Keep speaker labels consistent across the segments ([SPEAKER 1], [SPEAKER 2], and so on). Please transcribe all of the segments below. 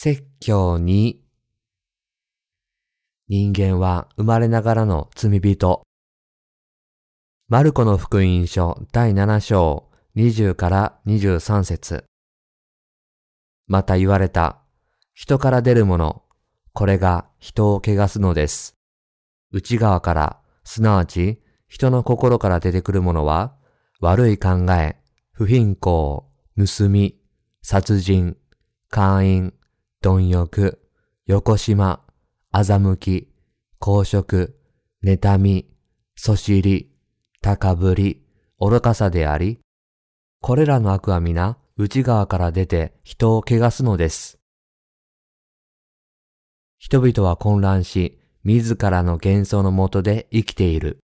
[SPEAKER 1] 説教に、人間は生まれながらの罪人。マルコの福音書第7章20から23節。また言われた。人から出るもの、これが人を汚すのです。内側から、すなわち人の心から出てくるものは、悪い考え、不貧困、盗み、殺人、姦淫、貪欲、よこしま、欺き、公職、妬み、そしり、高ぶり、愚かさであり、これらの悪は皆内側から出て人を汚すのです。人々は混乱し、自らの幻想の下で生きている。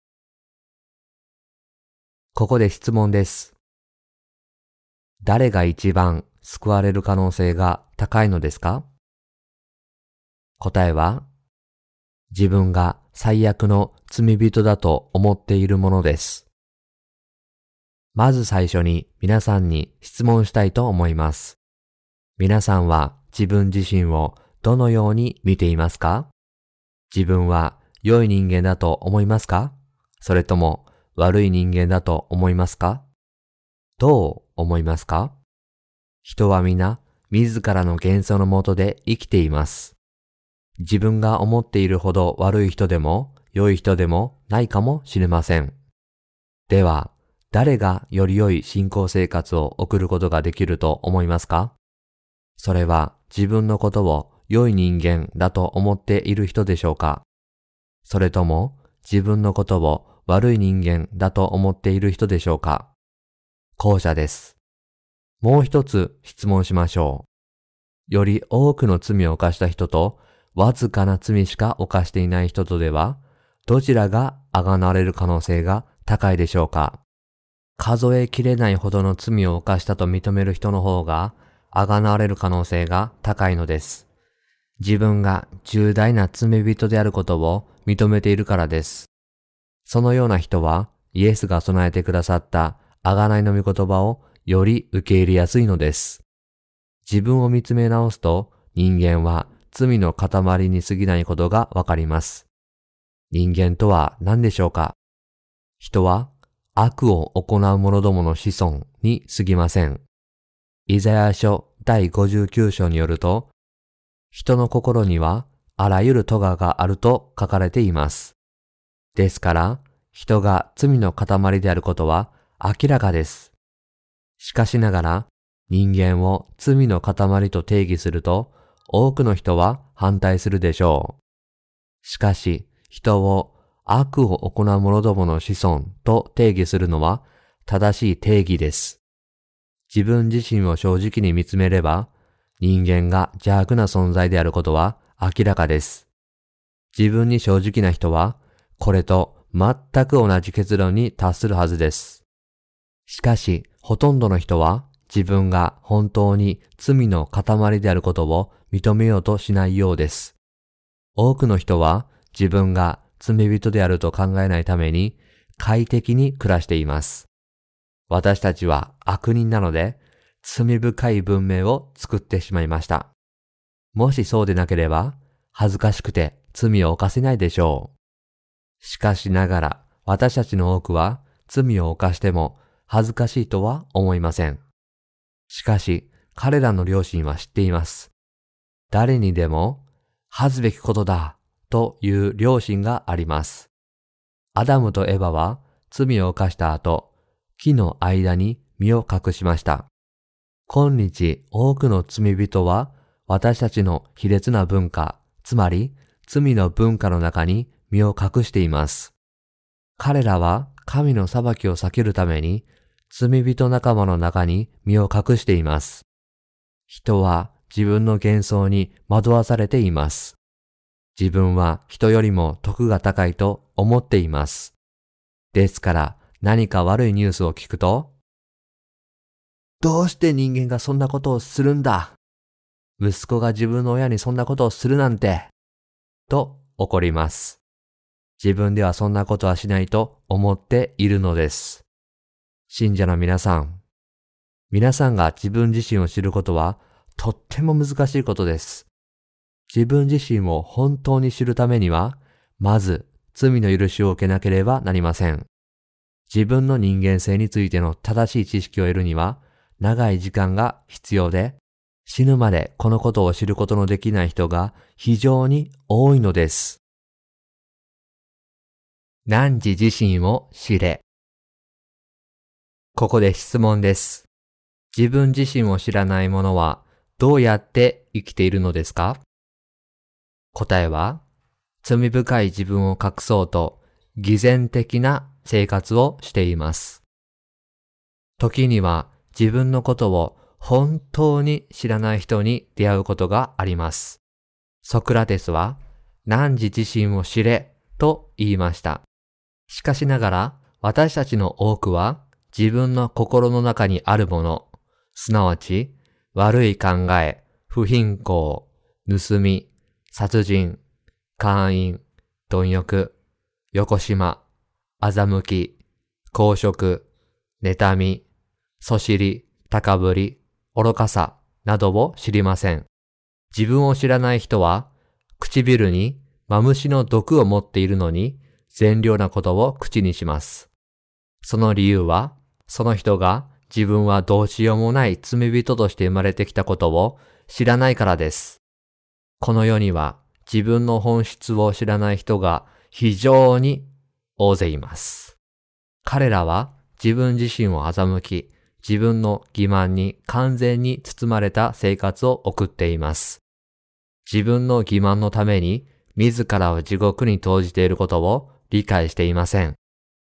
[SPEAKER 1] ここで質問です。誰が一番救われる可能性が高いのですか？答えは、自分が最悪の罪人だと思っているものです。まず最初に皆さんに質問したいと思います。皆さんは自分自身をどのように見ていますか？自分は良い人間だと思いますか？それとも悪い人間だと思いますか？どう思いますか？人は皆自らの幻想の下で生きています。自分が思っているほど悪い人でも良い人でもないかもしれません。では、誰がより良い信仰生活を送ることができると思いますか？それは自分のことを良い人間だと思っている人でしょうか？それとも自分のことを悪い人間だと思っている人でしょうか？後者です。もう一つ質問しましょう。より多くの罪を犯した人とわずかな罪しか犯していない人とでは、どちらが贖われる可能性が高いでしょうか？数えきれないほどの罪を犯したと認める人の方が贖われる可能性が高いのです。自分が重大な罪人であることを認めているからです。そのような人はイエスが備えてくださった贖いの御言葉をより受け入れやすいのです。自分を見つめ直すと人間は罪の塊に過ぎないことがわかります。人間とは何でしょうか？人は悪を行う者どもの子孫に過ぎません。イザヤ書第59章によると、人の心にはあらゆる咎があると書かれています。ですから、人が罪の塊であることは明らかです。しかしながら、人間を罪の塊と定義すると、多くの人は反対するでしょう。しかし、人を悪を行う者どもの子孫と定義するのは正しい定義です。自分自身を正直に見つめれば、人間が邪悪な存在であることは明らかです。自分に正直な人は、これと全く同じ結論に達するはずです。しかし、ほとんどの人は自分が本当に罪の塊であることを認めようとしないようです。多くの人は自分が罪人であると考えないために快適に暮らしています。私たちは悪人なので罪深い文明を作ってしまいました。もしそうでなければ恥ずかしくて罪を犯せないでしょう。しかしながら私たちの多くは罪を犯しても恥ずかしいとは思いません。しかし彼らの良心は知っています。誰にでも恥ずべきことだという良心があります。アダムとエバは罪を犯した後、木の間に身を隠しました。今日多くの罪人は私たちの卑劣な文化、つまり罪の文化の中に身を隠しています。彼らは神の裁きを避けるために罪人仲間の中に身を隠しています。人は自分の幻想に惑わされています。自分は人よりも徳が高いと思っています。ですから何か悪いニュースを聞くと、どうして人間がそんなことをするんだ？息子が自分の親にそんなことをするなんて、と怒ります。自分ではそんなことはしないと思っているのです。信者の皆さんが自分自身を知ることはとっても難しいことです。自分自身を本当に知るためには、まず罪の許しを受けなければなりません。自分の人間性についての正しい知識を得るには、長い時間が必要で、死ぬまでこのことを知ることのできない人が非常に多いのです。汝自身を知れ。ここで質問です。自分自身を知らない者はどうやって生きているのですか？答えは、罪深い自分を隠そうと偽善的な生活をしています。時には自分のことを本当に知らない人に出会うことがあります。ソクラテスは、汝自身を知れと言いました。しかしながら、私たちの多くは自分の心の中にあるもの、すなわち悪い考え、不貧困、盗み、殺人、姦淫、貪欲、よこしま、欺き、公職、妬み、そしり、高ぶり、愚かさなどを知りません。自分を知らない人は、唇にマムシの毒を持っているのに、善良なことを口にします。その理由は、その人が自分はどうしようもない罪人として生まれてきたことを知らないからです。この世には自分の本質を知らない人が非常に大勢います。彼らは自分自身を欺き、自分の欺瞞に完全に包まれた生活を送っています。自分の欺瞞のために自らを地獄に投じていることを理解していません。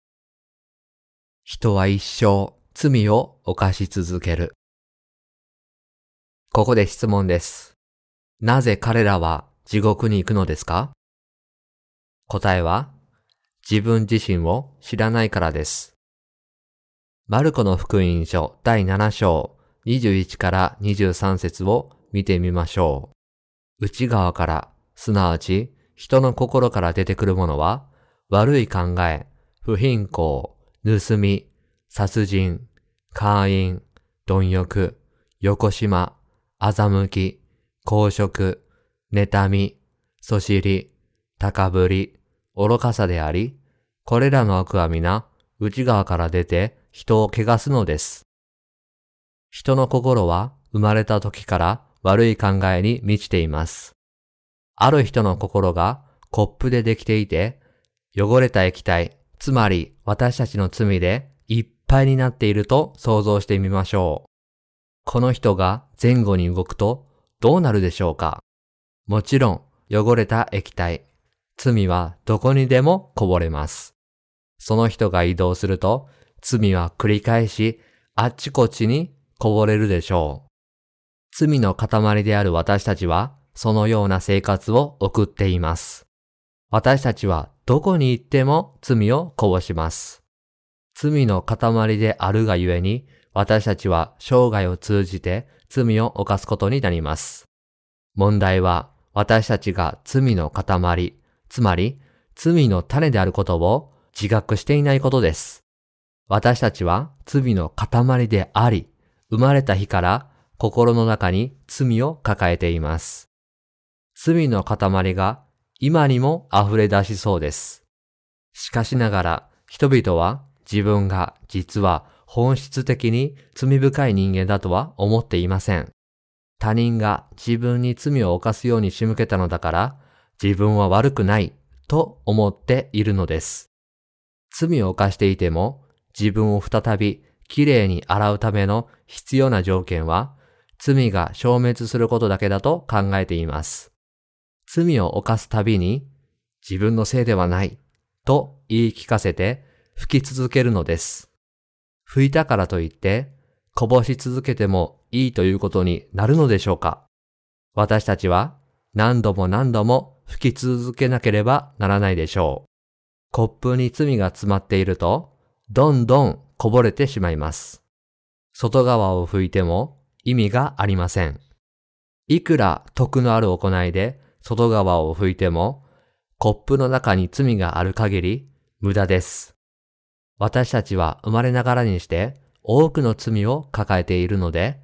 [SPEAKER 1] 人は一生罪を犯し続ける。ここで質問です。なぜ彼らは地獄に行くのですか？答えは、自分自身を知らないからです。マルコの福音書第7章21から23節を見てみましょう。内側から、すなわち人の心から出てくるものは、悪い考え、不貧困、盗み、殺人、姦淫、貪欲、よこしま、欺き、公職、妬み、そしり、高ぶり、愚かさであり、これらの悪は皆、内側から出て人を汚すのです。人の心は生まれた時から悪い考えに満ちています。ある人の心がコップでできていて、汚れた液体、つまり私たちの罪でいっぱいになっていると想像してみましょう。この人が前後に動くとどうなるでしょうか？もちろん汚れた液体、罪はどこにでもこぼれます。その人が移動すると罪は繰り返しあっちこっちにこぼれるでしょう。罪の塊である私たちはそのような生活を送っています。私たちはどこに行っても罪をこぼします。罪の塊であるがゆえに、私たちは生涯を通じて罪を犯すことになります。問題は私たちが罪の塊、つまり罪の種であることを自覚していないことです。私たちは罪の塊であり、生まれた日から心の中に罪を抱えています。罪の塊が今にも溢れ出しそうです。しかしながら人々は自分が実は本質的に罪深い人間だとは思っていません。他人が自分に罪を犯すように仕向けたのだから自分は悪くないと思っているのです。罪を犯していても自分を再びきれいに洗うための必要な条件は罪が消滅することだけだと考えています。罪を犯すたびに自分のせいではないと言い聞かせて吹き続けるのです。吹いたからといってこぼし続けてもいいということになるのでしょうか？私たちは何度も何度も吹き続けなければならないでしょう。コップに罪が詰まっているとどんどんこぼれてしまいます。外側を拭いても意味がありません。いくら徳のある行いで外側を拭いてもコップの中に罪がある限り無駄です。私たちは生まれながらにして多くの罪を抱えているので、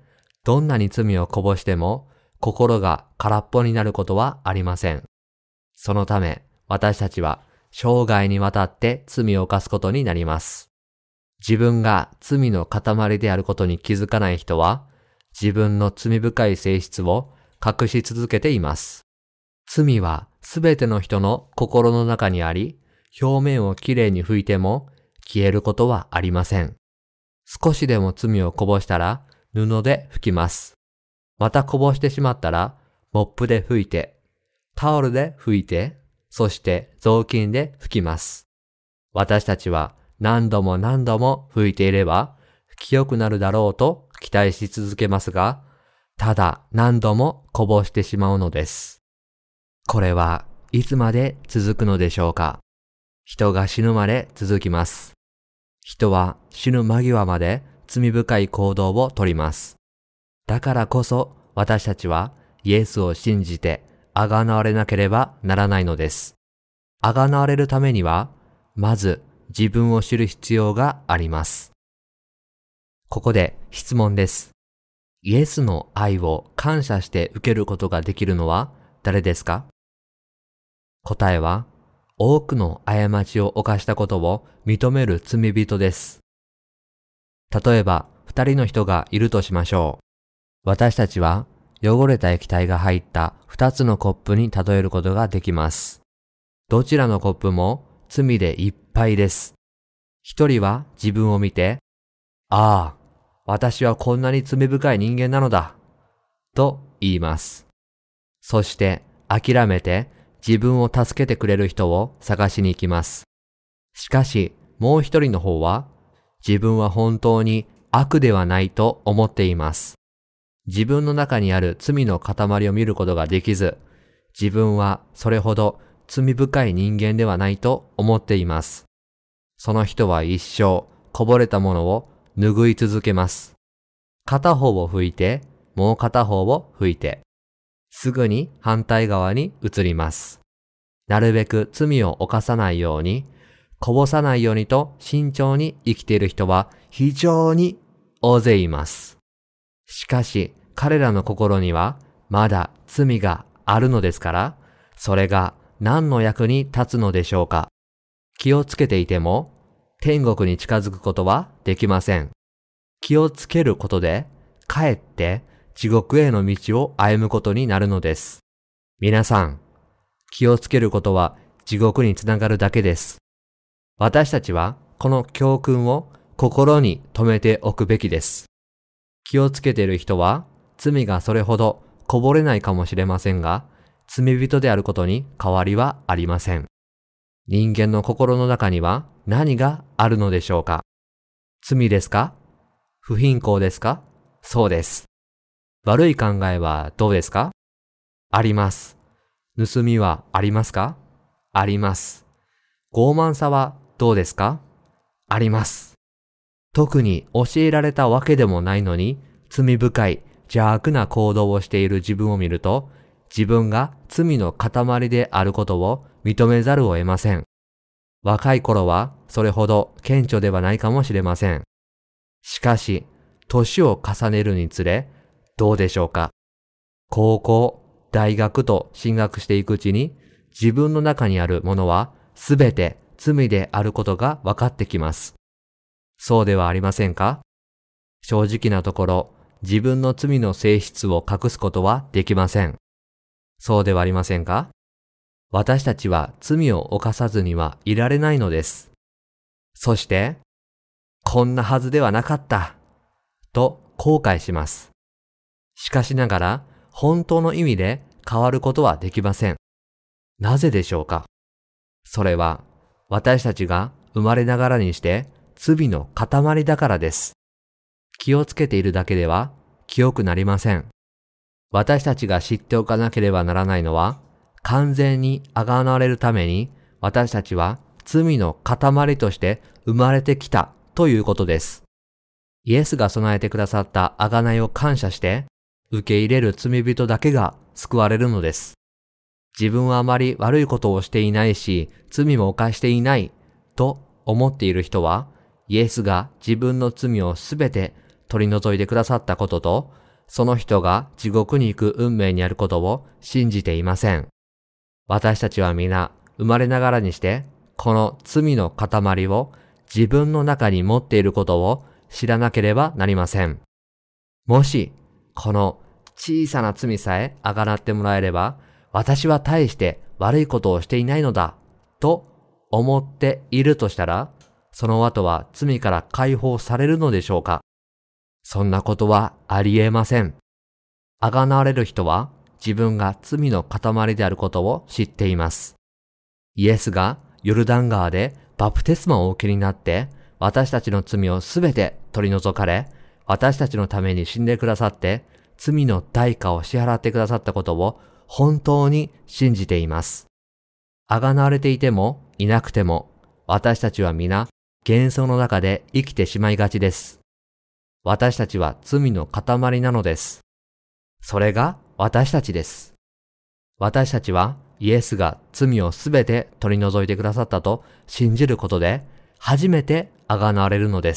[SPEAKER 1] どんなに罪をこぼしても、心が空っぽになることはありません。そのため、私たちは生涯にわたって罪を犯すことになります。自分が罪の塊であることに気づかない人は、自分の罪深い性質を隠し続けています。罪はすべての人の心の中にあり、表面をきれいに拭いても消えることはありません。少しでも罪をこぼしたら布で拭きます。またこぼしてしまったらモップで拭いて、タオルで拭いて、そして雑巾で拭きます。私たちは何度も何度も拭いていれば清くなるだろうと期待し続けますが、ただ何度もこぼしてしまうのです。これはいつまで続くのでしょうか。人が死ぬまで続きます。人は死ぬ間際まで罪深い行動をとります。だからこそ私たちはイエスを信じてあがなわれなければならないのです。あがなわれるためには、まず自分を知る必要があります。ここで質問です。イエスの愛を感謝して受けることができるのは誰ですか？答えは、多くの過ちを犯したことを認める罪人です。例えば、二人の人がいるとしましょう。私たちは汚れた液体が入った二つのコップに例えることができます。どちらのコップも罪でいっぱいです。一人は自分を見て、ああ、私はこんなに罪深い人間なのだ、と言います。そして諦めて自分を助けてくれる人を探しに行きます。しかしもう一人の方は、自分は本当に悪ではないと思っています。自分の中にある罪の塊を見ることができず、自分はそれほど罪深い人間ではないと思っています。その人は一生こぼれたものを拭い続けます。片方を拭いて、もう片方を拭いて、すぐに反対側に移ります。なるべく罪を犯さないように、こぼさないようにと慎重に生きている人は非常に大勢います。しかし彼らの心にはまだ罪があるのですから、それが何の役に立つのでしょうか。気をつけていても天国に近づくことはできません。気をつけることでかえって地獄への道を歩むことになるのです。皆さん、気をつけることは地獄につながるだけです。私たちはこの教訓を心に留めておくべきです。気をつけている人は罪がそれほどこぼれないかもしれませんが、罪人であることに変わりはありません。人間の心の中には何があるのでしょうか。罪ですか？不貧困ですか？そうです。悪い考えはどうですか？あります。盗みはありますか？あります。傲慢さはどうですか？あります。特に教えられたわけでもないのに、罪深い邪悪な行動をしている自分を見ると、自分が罪の塊であることを認めざるを得ません。若い頃はそれほど顕著ではないかもしれません。しかし、年を重ねるにつれ、どうでしょうか。高校、大学と進学していくうちに、自分の中にあるものはすべて罪であることが分かってきます。そうではありませんか？正直なところ、自分の罪の性質を隠すことはできません。そうではありませんか？私たちは罪を犯さずにはいられないのです。そして、こんなはずではなかった、と後悔します。しかしながら、本当の意味で変わることはできません。なぜでしょうか？それは、私たちが生まれながらにして罪の塊だからです。気をつけているだけでは清くなりません。私たちが知っておかなければならないのは、完全にあがなわれるために私たちは罪の塊として生まれてきたということです。イエスが備えてくださった贖いを感謝して受け入れる罪人だけが救われるのです。自分はあまり悪いことをしていないし、罪も犯していないと思っている人は、イエスが自分の罪をすべて取り除いてくださったことと、 その人が地獄に行く運命にあることを信じていません。私たちは皆生まれながらにして、この罪の塊を自分の中に持っていることを知らなければなりません。もし、この小さな罪さえあがなってもらえれば、私は大して悪いことをしていないのだ、と思っているとしたら、その後は罪から解放されるのでしょうか？そんなことはありえません。あがなわれる人は自分が罪の塊であることを知っています。イエスがヨルダン川でバプテスマをお受けになって、私たちの罪をすべて取り除かれ、私たちのために死んでくださって、罪の代価を支払ってくださったことを本当に信じています。あがなわれていてもいなくても、私たちは皆幻想の中で生きてしまいがちです。私たちは罪の塊なのです。それが私たちです。私たちはイエスが罪をすべて取り除いてくださったと信じることで、初めてあがなわれるのです。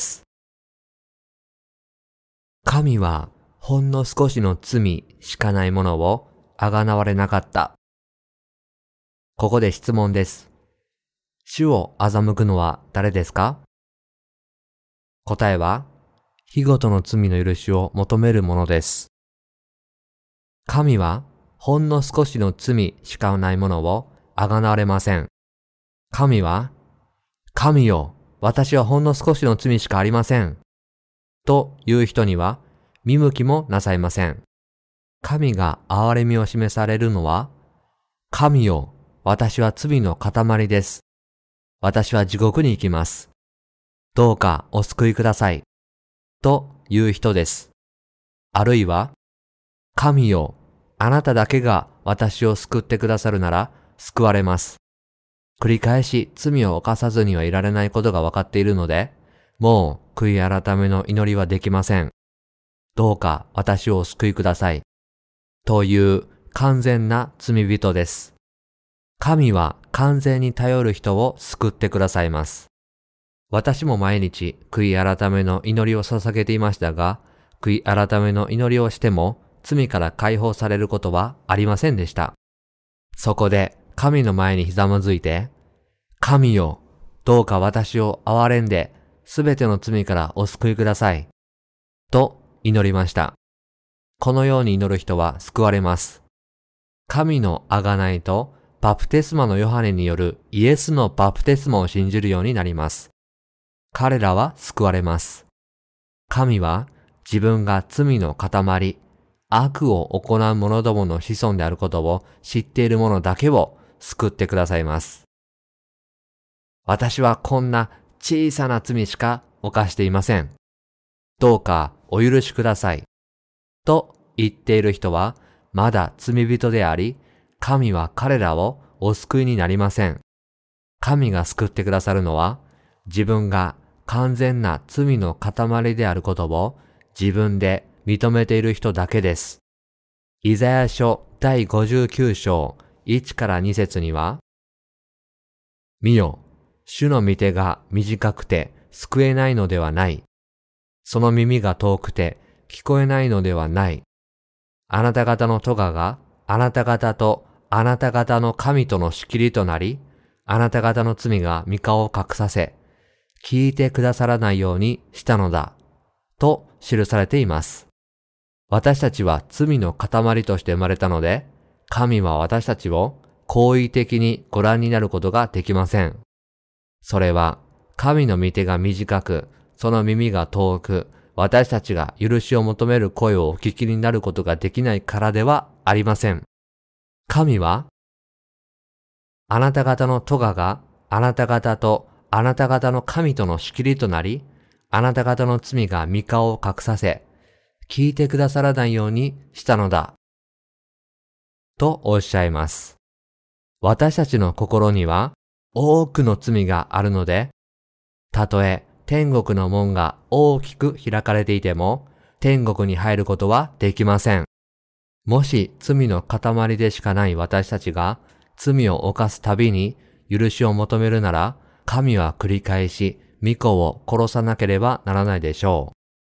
[SPEAKER 1] 神はほんの少しの罪しかないものをあがなわれなかった。ここで質問です。主を欺くのは誰ですか？答えは、日ごとの罪の許しを求めるものです。神はほんの少しの罪しかないものをあがなわれません。神は、神よ、私はほんの少しの罪しかありません。という人には見向きもなさいません。神が憐れみを示されるのは、神よ、私は罪の塊です。私は地獄に行きます。どうかお救いください。という人です。あるいは、神よ、あなただけが私を救ってくださるなら救われます。繰り返し罪を犯さずにはいられないことが分かっているので、もう悔い改めの祈りはできません。どうか私をお救いください。という完全な罪人です。神は完全に頼る人を救ってくださいます。私も毎日悔い改めの祈りを捧げていましたが、悔い改めの祈りをしても罪から解放されることはありませんでした。そこで神の前にひざまずいて、神よ、どうか私を憐れんで、すべての罪からお救いください。と祈りました。このように祈る人は救われます。神の贖いとバプテスマのヨハネによるイエスのバプテスマを信じるようになります。彼らは救われます。神は自分が罪の塊、悪を行う者どもの子孫であることを知っている者だけを救ってくださいます。私はこんな小さな罪しか犯していません。どうかお許しください。と言っている人はまだ罪人であり、神は彼らをお救いになりません。神が救ってくださるのは、自分が完全な罪の塊であることを自分で認めている人だけです。イザヤ書第59章1から2節には、見よ、主の御手が短くて救えないのではない。その耳が遠くて聞こえないのではない。あなた方の咎があなた方とあなた方の神との仕切りとなり、あなた方の罪が御顔を隠させ、聞いてくださらないようにしたのだ。と記されています。私たちは罪の塊として生まれたので、神は私たちを好意的にご覧になることができません。それは神の御手が短く、その耳が遠く、私たちが許しを求める声をお聞きになることができないからではありません。神は、あなた方の咎があなた方とあなた方の神との仕切りとなり、あなた方の罪が御顔を隠させ、聞いてくださらないようにしたのだ。とおっしゃいます。私たちの心には多くの罪があるので、たとえ天国の門が大きく開かれていても、天国に入ることはできません。もし罪の塊でしかない私たちが罪を犯すたびに許しを求めるなら、神は繰り返し御子を殺さなければならないでしょう。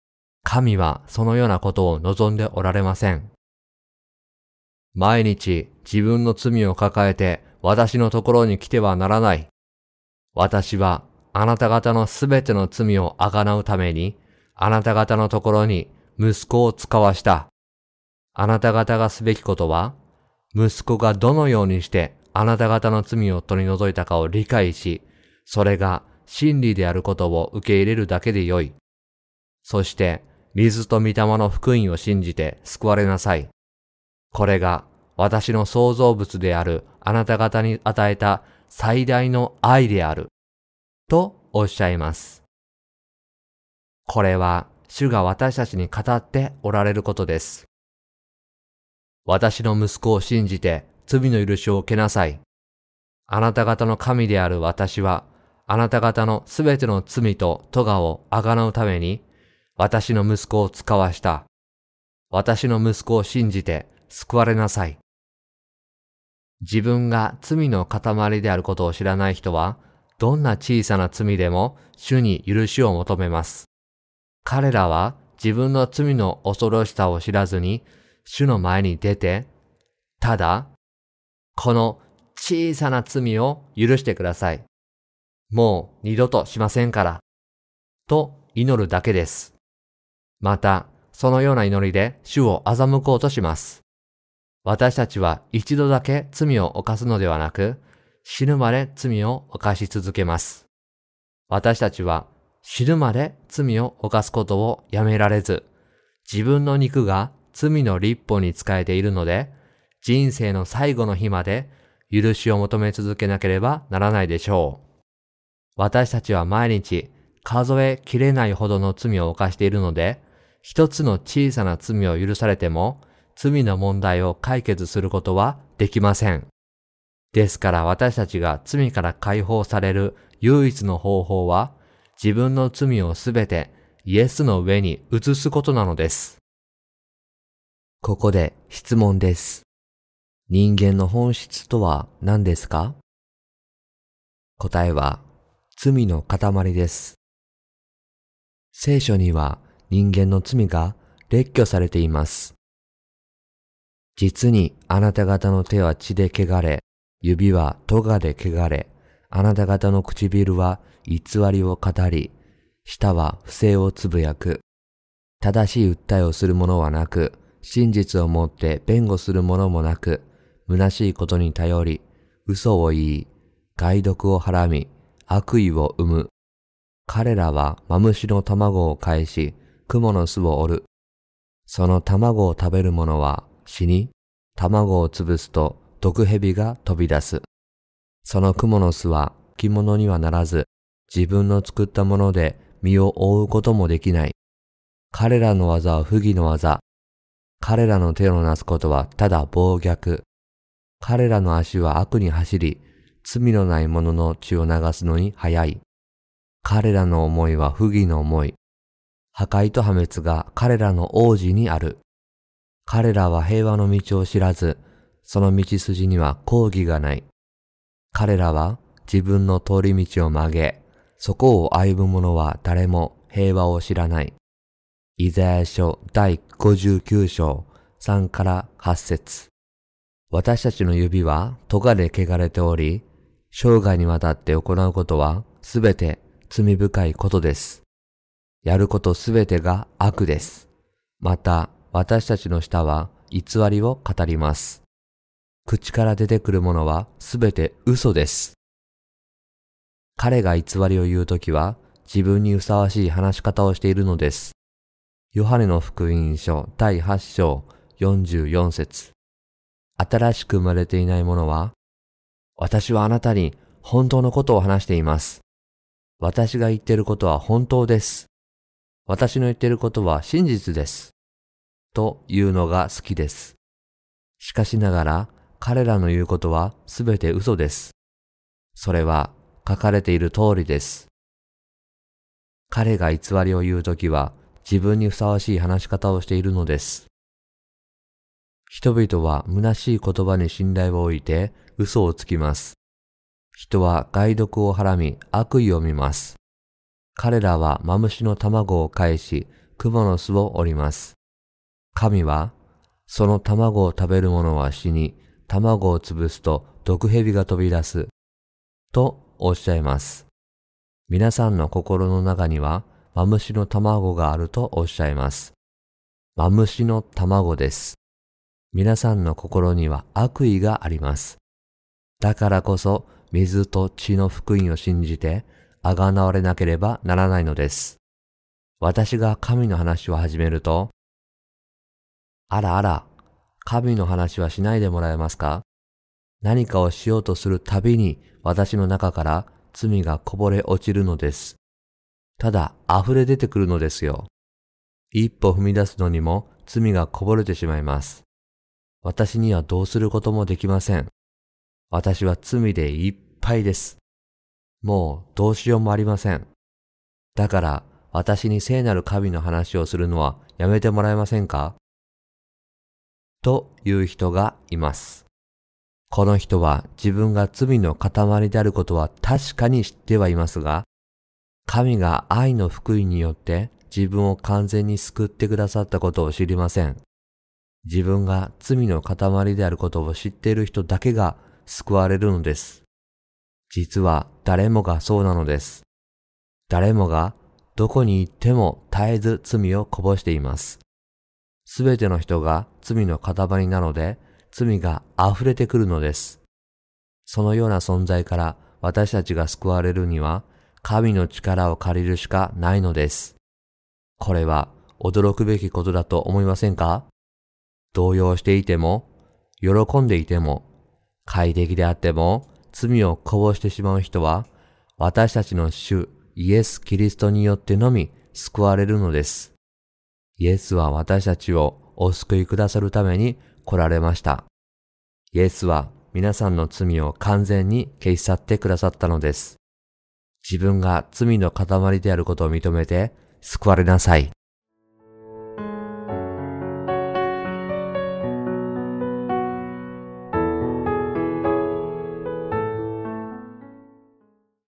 [SPEAKER 1] 神はそのようなことを望んでおられません。毎日自分の罪を抱えて私のところに来てはならない。私はあなた方のすべての罪をあがなうために、あなた方のところに息子を使わした。あなた方がすべきことは、息子がどのようにしてあなた方の罪を取り除いたかを理解し、それが真理であることを受け入れるだけでよい。そして、水と御霊の福音を信じて救われなさい。これが私の創造物であるあなた方に与えた最大の愛である。とおっしゃいます。これは主が私たちに語っておられることです。私の息子を信じて罪の許しを受けなさい。あなた方の神である私は、あなた方のすべての罪と咎をあがなうために、私の息子を使わした。私の息子を信じて救われなさい。自分が罪の塊であることを知らない人は、どんな小さな罪でも主に許しを求めます。彼らは自分の罪の恐ろしさを知らずに、主の前に出て、ただ、この小さな罪を許してください。もう二度としませんから、と祈るだけです。また、そのような祈りで主を欺こうとします。私たちは一度だけ罪を犯すのではなく、死ぬまで罪を犯し続けます。私たちは死ぬまで罪を犯すことをやめられず、自分の肉が罪の立法に仕えているので、人生の最後の日まで許しを求め続けなければならないでしょう。私たちは毎日数えきれないほどの罪を犯しているので、一つの小さな罪を許されても、罪の問題を解決することはできません。ですから私たちが罪から解放される唯一の方法は、自分の罪をすべてイエスの上に移すことなのです。ここで質問です。人間の本質とは何ですか？答えは、罪の塊です。聖書には人間の罪が列挙されています。実にあなた方の手は血で汚れ、指は咎で汚れ、あなた方の唇は偽りを語り、舌は不正をつぶやく。正しい訴えをする者はなく、真実をもって弁護する者もなく、虚しいことに頼り、嘘を言い、害毒をはらみ、悪意を生む。彼らはマムシの卵を返し、蜘蛛の巣を折る。その卵を食べる者は死に、卵を潰すと毒蛇が飛び出す。その蜘蛛の巣は着物にはならず、自分の作ったもので身を覆うこともできない。彼らの技は不義の技。彼らの手のなすことはただ暴虐。彼らの足は悪に走り、罪のない者の血を流すのに速い。彼らの思いは不義の思い。破壊と破滅が彼らの王子にある。彼らは平和の道を知らず、その道筋には公義がない。彼らは自分の通り道を曲げ、そこを歩む者は誰も平和を知らない。イザヤ書第59章3から8節。私たちの指は咎で汚れており、生涯にわたって行うことはすべて罪深いことです。やることすべてが悪です。また私たちの舌は偽りを語ります。口から出てくるものはすべて嘘です。彼が偽りを言うときは自分にふさわしい話し方をしているのです。ヨハネの福音書第8章44節。新しく生まれていない者は、私はあなたに本当のことを話しています。私が言っていることは本当です。私の言っていることは真実です。というのが好きです。しかしながら彼らの言うことはすべて嘘です。それは書かれている通りです。彼が偽りを言うときは自分にふさわしい話し方をしているのです。人々は虚しい言葉に信頼を置いて嘘をつきます。人は害毒をはらみ悪意を見ます。彼らはマムシの卵を返し、 蜘蛛の巣を折ります。神は、その卵を食べる者は死に、卵を潰すと毒蛇が飛び出す、とおっしゃいます。皆さんの心の中には、マムシの卵があるとおっしゃいます。マムシの卵です。皆さんの心には悪意があります。だからこそ、水と血の福音を信じて、あがなわれなければならないのです。私が神の話を始めると、あらあら、神の話はしないでもらえますか？何かをしようとするたびに私の中から罪がこぼれ落ちるのです。ただ溢れ出てくるのですよ。一歩踏み出すのにも罪がこぼれてしまいます。私にはどうすることもできません。私は罪でいっぱいです。もうどうしようもありません。だから私に聖なる神の話をするのはやめてもらえませんか？という人がいます。この人は自分が罪の塊であることは確かに知ってはいますが、神が愛の福音によって自分を完全に救ってくださったことを知りません。自分が罪の塊であることを知っている人だけが救われるのです。実は誰もがそうなのです。誰もがどこに行っても絶えず罪をこぼしています。すべての人が罪の塊なので、罪が溢れてくるのです。そのような存在から私たちが救われるには、神の力を借りるしかないのです。これは驚くべきことだと思いませんか？動揺していても、喜んでいても、快適であっても、罪をこぼしてしまう人は、私たちの主イエス・キリストによってのみ救われるのです。イエスは私たちをお救いくださるために来られました。イエスは皆さんの罪を完全に消し去ってくださったのです。自分が罪の塊であることを認めて救われなさい。